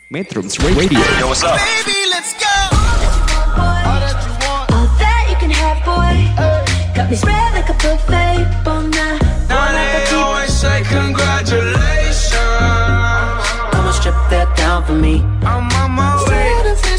Metrums Radio. Yo, what's up? Baby, let's go. All that you want, All that you can have, boy. Got me spread like a buffet all night. now they always say congratulations. Come and strip that down for me. I'm on my way.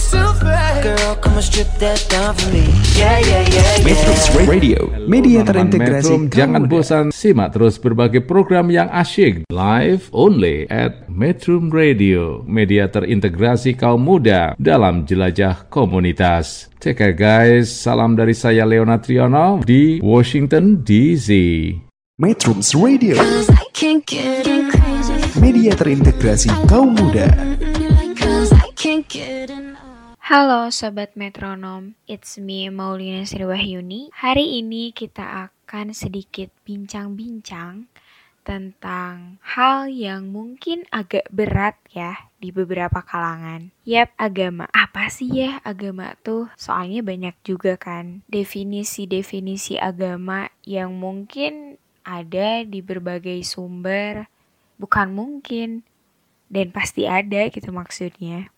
Girl, come and strip that down for me. Yeah. Metrums Radio, media terintegrasi. Metrum, jangan bosan simak terus berbagai program yang asyik live only at Metrum Radio, media terintegrasi kaum muda dalam jelajah komunitas. Take care guys, salam dari saya Leonard Triono di Washington DC. Metrums Radio, 'Cause I can't get crazy. media terintegrasi kaum muda. 'Cause I can't get enough. Halo Sobat Metronom, it's me Maulina Sriwahyuni. Hari ini kita akan sedikit bincang-bincang tentang hal yang mungkin agak berat ya di beberapa kalangan. Yap, agama. Apa sih ya agama tuh? Soalnya banyak juga kan definisi-definisi agama yang mungkin ada di berbagai sumber. Bukan mungkin, dan pasti ada gitu maksudnya.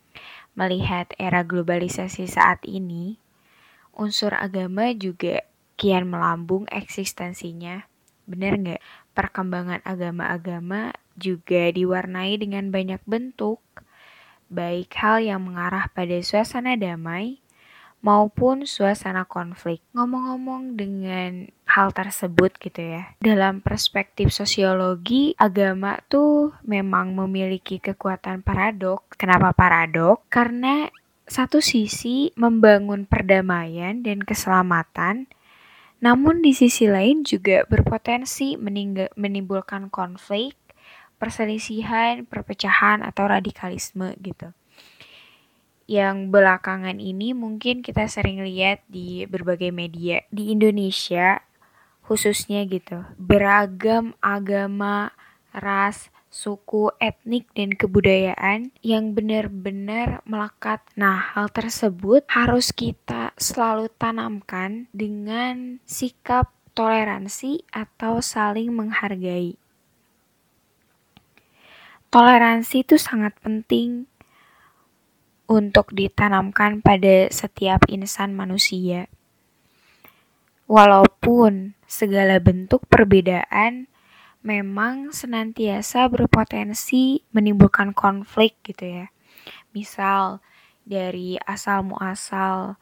Melihat era globalisasi saat ini, unsur agama juga kian melambung eksistensinya. Bener nggak? Perkembangan agama-agama juga diwarnai dengan banyak bentuk, baik hal yang mengarah pada suasana damai maupun suasana konflik. Ngomong-ngomong dengan hal tersebut gitu ya, dalam perspektif sosiologi, agama tuh memang memiliki kekuatan paradok. Kenapa paradok? Karena satu sisi membangun perdamaian dan keselamatan, namun di sisi lain juga berpotensi menimbulkan konflik, perselisihan, perpecahan, atau radikalisme gitu. Yang belakangan ini mungkin kita sering lihat di berbagai media di Indonesia khususnya gitu. Beragam agama, ras, suku, etnik, dan kebudayaan yang benar-benar melekat. Nah, hal tersebut harus kita selalu tanamkan dengan sikap toleransi atau saling menghargai. Toleransi itu sangat penting untuk ditanamkan pada setiap insan manusia. Walaupun segala bentuk perbedaan memang senantiasa berpotensi menimbulkan konflik gitu ya. Misal dari asal muasal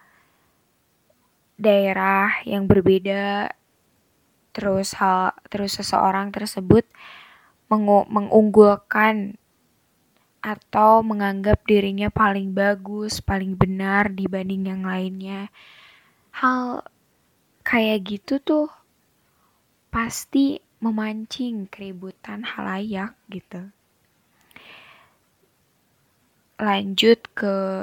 daerah yang berbeda, terus seseorang tersebut mengunggulkan atau menganggap dirinya paling bagus, paling benar dibanding yang lainnya. Hal kayak gitu tuh pasti memancing keributan halayak gitu. Lanjut ke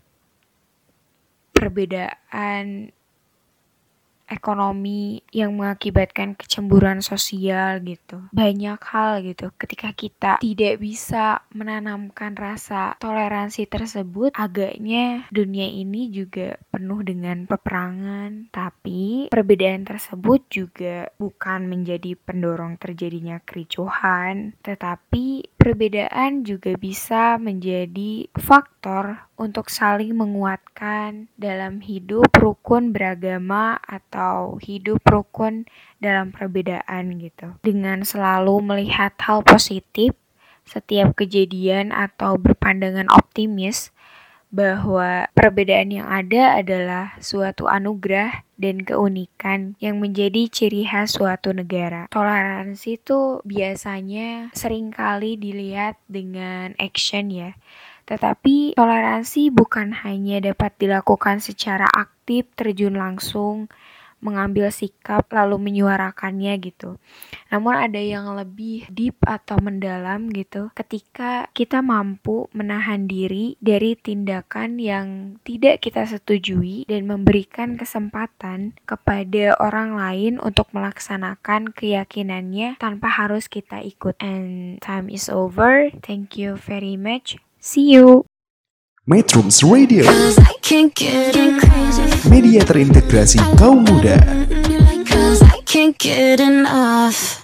perbedaan ekonomi yang mengakibatkan kecemburuan sosial gitu. Banyak hal gitu. Ketika kita tidak bisa menanamkan rasa toleransi tersebut, agaknya dunia ini juga penuh dengan peperangan. Tapi perbedaan tersebut juga bukan menjadi pendorong terjadinya kericuhan, tetapi perbedaan juga bisa menjadi faktor untuk saling menguatkan dalam hidup rukun beragama atau hidup rukun dalam perbedaan gitu. Dengan selalu melihat hal positif setiap kejadian atau berpandangan optimis bahwa perbedaan yang ada adalah suatu anugerah dan keunikan yang menjadi ciri khas suatu negara. Toleransi itu biasanya seringkali dilihat dengan action ya. Tetapi toleransi bukan hanya dapat dilakukan secara aktif, terjun langsung, mengambil sikap lalu menyuarakannya gitu. Namun ada yang lebih deep atau mendalam gitu ketika kita mampu menahan diri dari tindakan yang tidak kita setujui dan memberikan kesempatan kepada orang lain untuk melaksanakan keyakinannya tanpa harus kita ikut. And time is over. Thank you very much. See you. Metrums Radio, 'Cause I can't get crazy. media terintegrasi kaum muda. 'Cause I can't get enough.